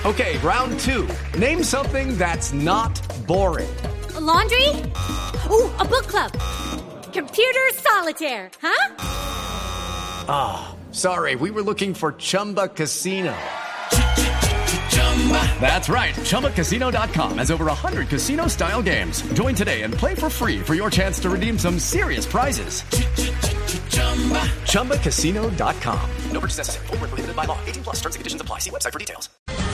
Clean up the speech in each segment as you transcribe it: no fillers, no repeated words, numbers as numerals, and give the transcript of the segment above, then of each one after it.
Okay, round two. Name something that's not boring. A laundry? Ooh, a book club. Computer solitaire, huh? Ah, sorry, we were looking for Chumba Casino. That's right, ChumbaCasino.com has over 100 casino-style games. Join today and play for free for your chance to redeem some serious prizes. ChumbaCasino.com. No purchase necessary. Void where prohibited by law. 18 plus terms and conditions apply. See website for details.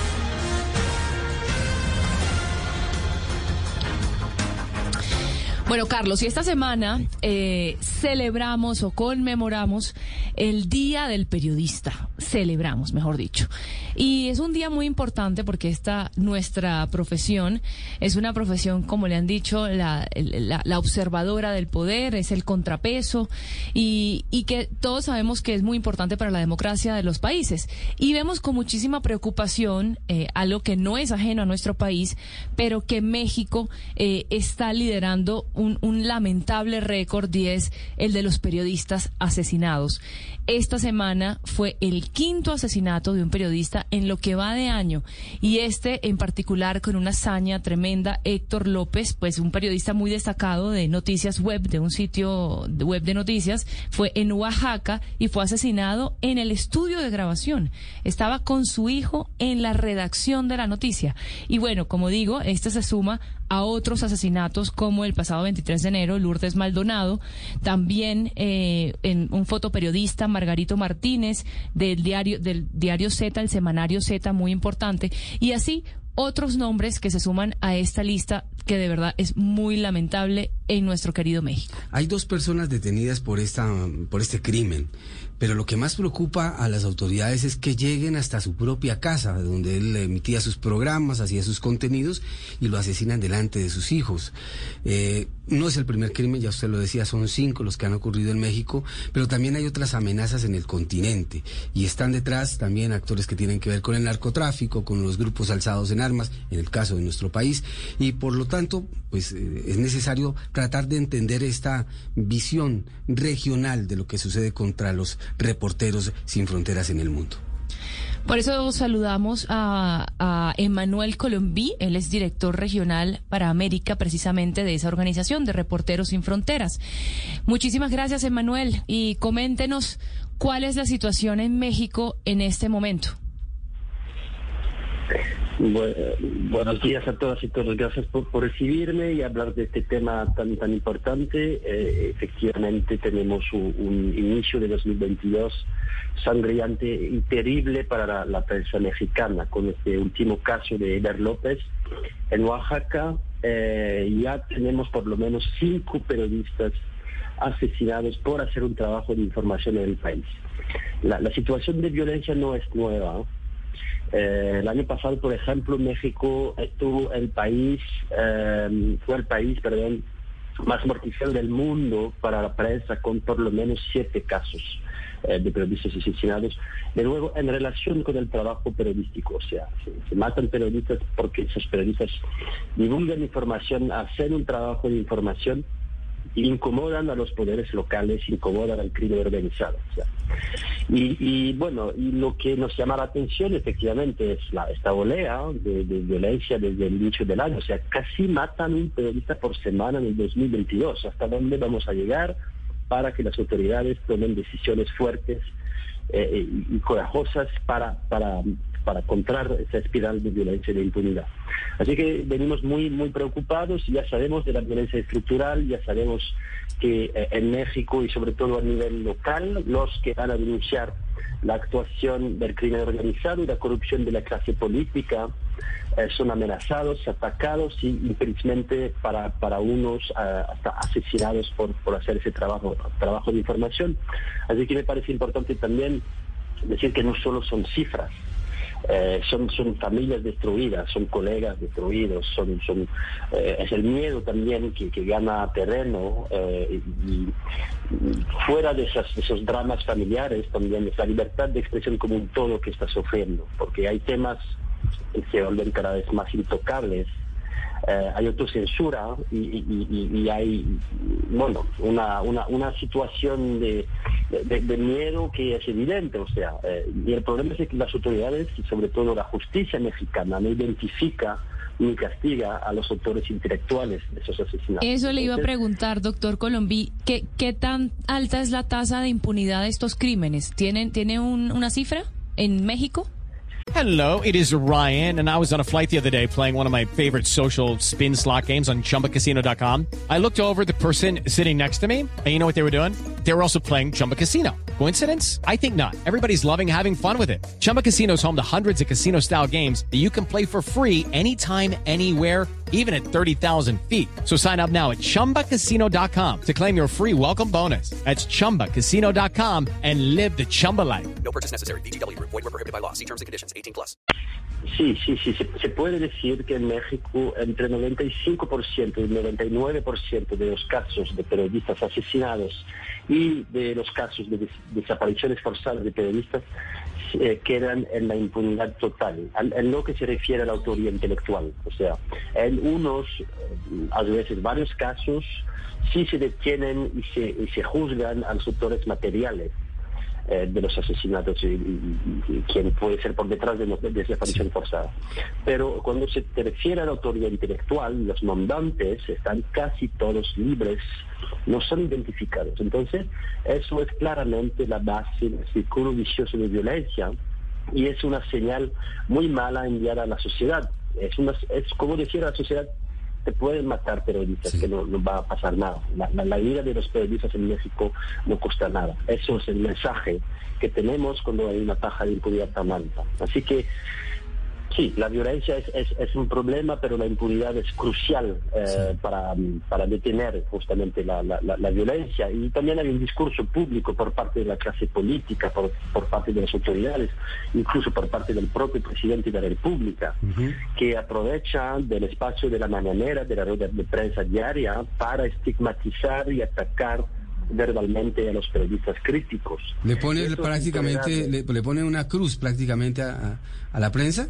Bueno, Carlos, y esta semana celebramos o conmemoramos el Día del Periodista. Celebramos, mejor dicho. Y es un día muy importante porque nuestra profesión es una profesión, como le han dicho, la observadora del poder, es el contrapeso y que todos sabemos que es muy importante para la democracia de los países. Y vemos con muchísima preocupación algo que no es ajeno a nuestro país, pero que México está liderando un lamentable récord, y es el de los periodistas asesinados. Esta semana fue el 5º asesinato de un periodista en lo que va de año, y en particular con una hazaña tremenda. Héctor López, pues un periodista muy destacado de noticias web, de un sitio web de noticias, fue en Oaxaca y fue asesinado en el estudio de grabación. Estaba con su hijo en la redacción de la noticia. Y bueno, como digo, este se suma a otros asesinatos como el pasado 23 de enero, Lourdes Maldonado, también en un fotoperiodista, Margarito Martínez, del diario Z, el semanario Z, muy importante, y así otros nombres que se suman a esta lista que de verdad es muy lamentable en nuestro querido México. Hay 2 personas detenidas por este crimen, pero lo que más preocupa a las autoridades es que lleguen hasta su propia casa, donde él emitía sus programas, hacía sus contenidos, y lo asesinan delante de sus hijos. No es el primer crimen, ya usted lo decía, son 5 los que han ocurrido en México, pero también hay otras amenazas en el continente, y están detrás también actores que tienen que ver con el narcotráfico, con los grupos alzados en armas, en el caso de nuestro país, y por lo tanto, pues es necesario tratar de entender esta visión regional de lo que sucede contra los Reporteros Sin Fronteras en el mundo. Por eso saludamos a Emmanuel Colombí. Él es director regional para América, precisamente de esa organización de Reporteros Sin Fronteras. Muchísimas gracias, Emmanuel, y coméntenos cuál es la situación en México en este momento. Buenos días a todas y todos. Gracias por recibirme y hablar de este tema tan importante. Efectivamente tenemos un inicio de 2022 sangriante y terrible para la prensa mexicana, con este último caso de Héctor López en Oaxaca. Ya tenemos por lo menos 5 periodistas asesinados por hacer un trabajo de información en el país. La situación de violencia no es nueva. El año pasado, por ejemplo, México fue el país más mortífero del mundo para la prensa, con por lo menos 7 casos de periodistas asesinados. De nuevo, en relación con el trabajo periodístico, o sea, se matan periodistas porque esos periodistas divulgan información, hacen un trabajo de información, incomodan a los poderes locales, incomodan al crimen organizado. O sea. Y lo que nos llama la atención efectivamente es esta oleada de violencia desde el inicio del año. O sea, casi matan un periodista por semana en el 2022. ¿Hasta dónde vamos a llegar para que las autoridades tomen decisiones fuertes y corajosas para contrar esa espiral de violencia y de impunidad? Así que venimos muy preocupados. Ya sabemos de la violencia estructural, ya sabemos que en México y sobre todo a nivel local, los que van a denunciar la actuación del crimen organizado y la corrupción de la clase política son amenazados, atacados y infelizmente para unos hasta asesinados por hacer ese trabajo de información. Así que me parece importante también decir que no solo son cifras, son familias destruidas, son colegas destruidos, es el miedo también que gana terreno, y fuera de esos dramas familiares también es la libertad de expresión como un todo que está sufriendo, porque hay temas que se vuelven cada vez más intocables hay autocensura y hay, bueno, una situación de miedo que es evidente, o sea, y el problema es que las autoridades, y sobre todo la justicia mexicana, no identifica ni castiga a los autores intelectuales de esos asesinatos. Eso le iba a preguntar, doctor Colombí, ¿qué tan alta es la tasa de impunidad de estos crímenes? ¿Tiene una cifra en México? Hello, it is Ryan, and I was on a flight the other day playing one of my favorite social spin slot games on ChumbaCasino.com. I looked over at the person sitting next to me, and you know what they were doing? They were also playing Chumba Casino. Coincidence? I think not. Everybody's loving having fun with it. Chumba Casino is home to hundreds of casino-style games that you can play for free anytime, anywhere, even at 30,000 feet. So sign up now at ChumbaCasino.com to claim your free welcome bonus. That's ChumbaCasino.com and live the Chumba life. No purchase necessary. VGW Group. Void where prohibited by law. See terms and conditions. 18+. Sí, se puede decir que en México entre 95% y 99% de los casos de periodistas asesinados y de los casos de desapariciones forzadas de periodistas quedan en la impunidad total, en lo que se refiere a la autoría intelectual. O sea, en unos, a veces varios casos, sí se detienen y se juzgan a los autores materiales de los asesinatos y quien puede ser por detrás de desaparición forzada. Pero cuando se refiere a la autoría intelectual, los mandantes están casi todos libres, no son identificados. Entonces, eso es claramente la base del círculo vicioso de violencia y es una señal muy mala enviada a la sociedad. Es como decir a la sociedad: te pueden matar periodistas, sí, que no va a pasar nada. La vida de los periodistas en México no cuesta nada. Eso es el mensaje que tenemos cuando hay una tasa de impunidad tan alta. Así que sí, la violencia es un problema, pero la impunidad es crucial para detener justamente la violencia. Y también hay un discurso público por parte de la clase política, por parte de las autoridades, incluso por parte del propio presidente de la República, que aprovecha del espacio de la mañanera, de la rueda de prensa diaria, para estigmatizar y atacar verbalmente a los periodistas críticos. ¿Le pone prácticamente, le pone una cruz prácticamente a la prensa?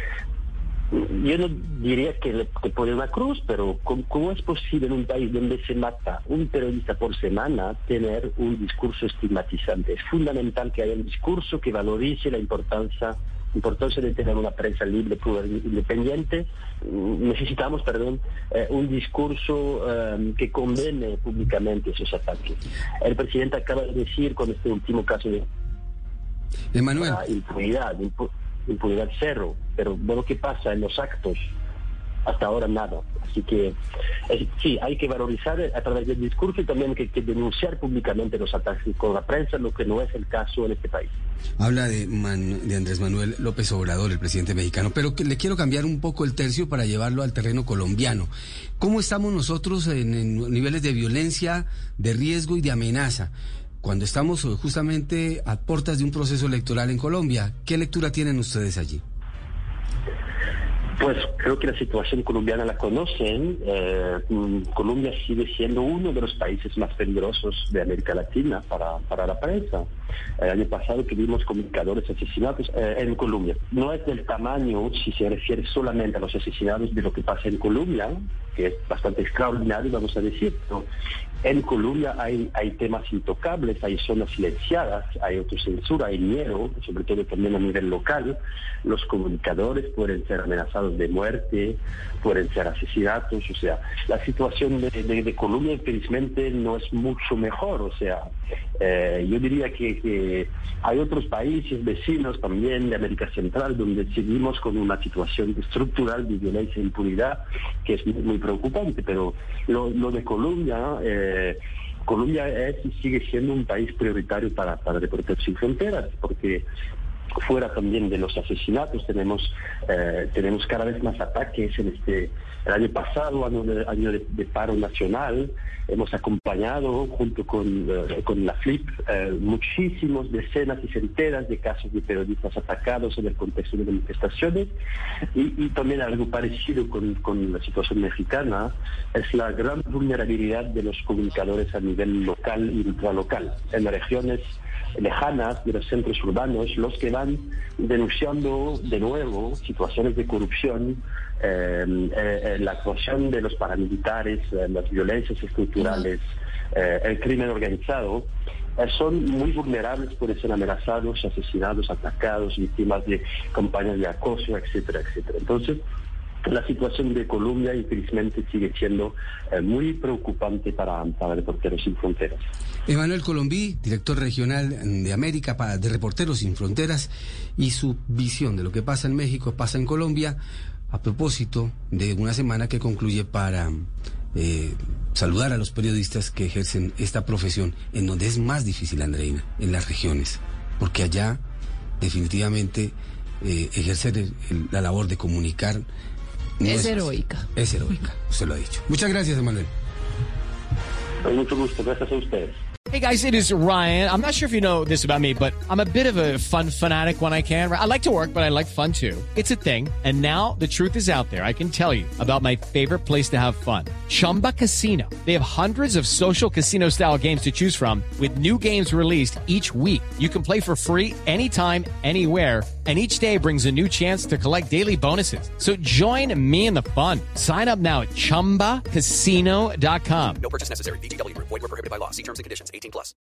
Yo no diría que le pone una cruz, pero ¿cómo es posible en un país donde se mata un periodista por semana tener un discurso estigmatizante? Es fundamental que haya un discurso que valorice la importancia de tener una prensa libre, independiente. Necesitamos, un discurso que condene públicamente esos ataques. El presidente acaba de decir con este último caso de Emmanuel, impunidad cero, pero bueno, ¿qué pasa en los actos? Hasta ahora nada. Así que sí, hay que valorizar a través del discurso y también que denunciar públicamente los ataques con la prensa, lo que no es el caso en este país. Habla de Andrés Manuel López Obrador, el presidente mexicano, pero le quiero cambiar un poco el tercio para llevarlo al terreno colombiano. ¿Cómo estamos nosotros en niveles de violencia, de riesgo y de amenaza cuando estamos justamente a puertas de un proceso electoral en Colombia? ¿Qué lectura tienen ustedes allí? Pues creo que la situación colombiana la conocen. Colombia sigue siendo uno de los países más peligrosos de América Latina para la prensa. El año pasado tuvimos comunicadores asesinados en Colombia. No es del tamaño, si se refiere solamente a los asesinados, de lo que pasa en Colombia, que es bastante extraordinario, vamos a decir, pero en Colombia hay temas intocables, hay zonas silenciadas, hay autocensura, hay miedo, sobre todo también a nivel local. Los comunicadores pueden ser amenazados de muerte, pueden ser asesinatos. O sea, la situación de Colombia, infelizmente, no es mucho mejor. O sea, yo diría que hay otros países vecinos también de América Central donde seguimos con una situación estructural de violencia e impunidad que es muy preocupante, pero lo de Colombia... Colombia es y sigue siendo un país prioritario para Reporteros Sin Fronteras, porque fuera también de los asesinatos tenemos cada vez más ataques. El año pasado, año de paro nacional, hemos acompañado junto con la FLIP muchísimos, decenas y centenas de casos de periodistas atacados en el contexto de manifestaciones, y también algo parecido con la situación mexicana es la gran vulnerabilidad de los comunicadores a nivel local y ultralocal. En regiones lejanas de los centros urbanos los que van denunciando de nuevo situaciones de corrupción, la actuación de los paramilitares, las violencias estructurales, el crimen organizado. Son muy vulnerables, pueden ser amenazados, asesinados, atacados, víctimas de campañas de acoso, etcétera, etcétera. Entonces, la situación de Colombia, infelizmente, sigue siendo muy preocupante para Reporteros Sin Fronteras. Emanuel Colombí, director regional de América de Reporteros Sin Fronteras, y su visión de lo que pasa en México, pasa en Colombia, a propósito de una semana que concluye para saludar a los periodistas que ejercen esta profesión en donde es más difícil, Andreina, en las regiones, porque allá definitivamente ejercer la labor de comunicar es heroica. Es heroica, usted lo ha dicho. Muchas gracias, Emanuel. Con mucho gusto, gracias a ustedes. Hey guys, it is Ryan. I'm not sure if you know this about me, but I'm a bit of a fun fanatic when I can. I like to work, but I like fun too. It's a thing. And now the truth is out there. I can tell you about my favorite place to have fun. Chumba Casino. They have hundreds of social casino style games to choose from with new games released each week. You can play for free anytime, anywhere. And each day brings a new chance to collect daily bonuses. So join me in the fun. Sign up now at ChumbaCasino.com. No purchase necessary. VGW Group. Void where prohibited by law. See terms and conditions. 18+.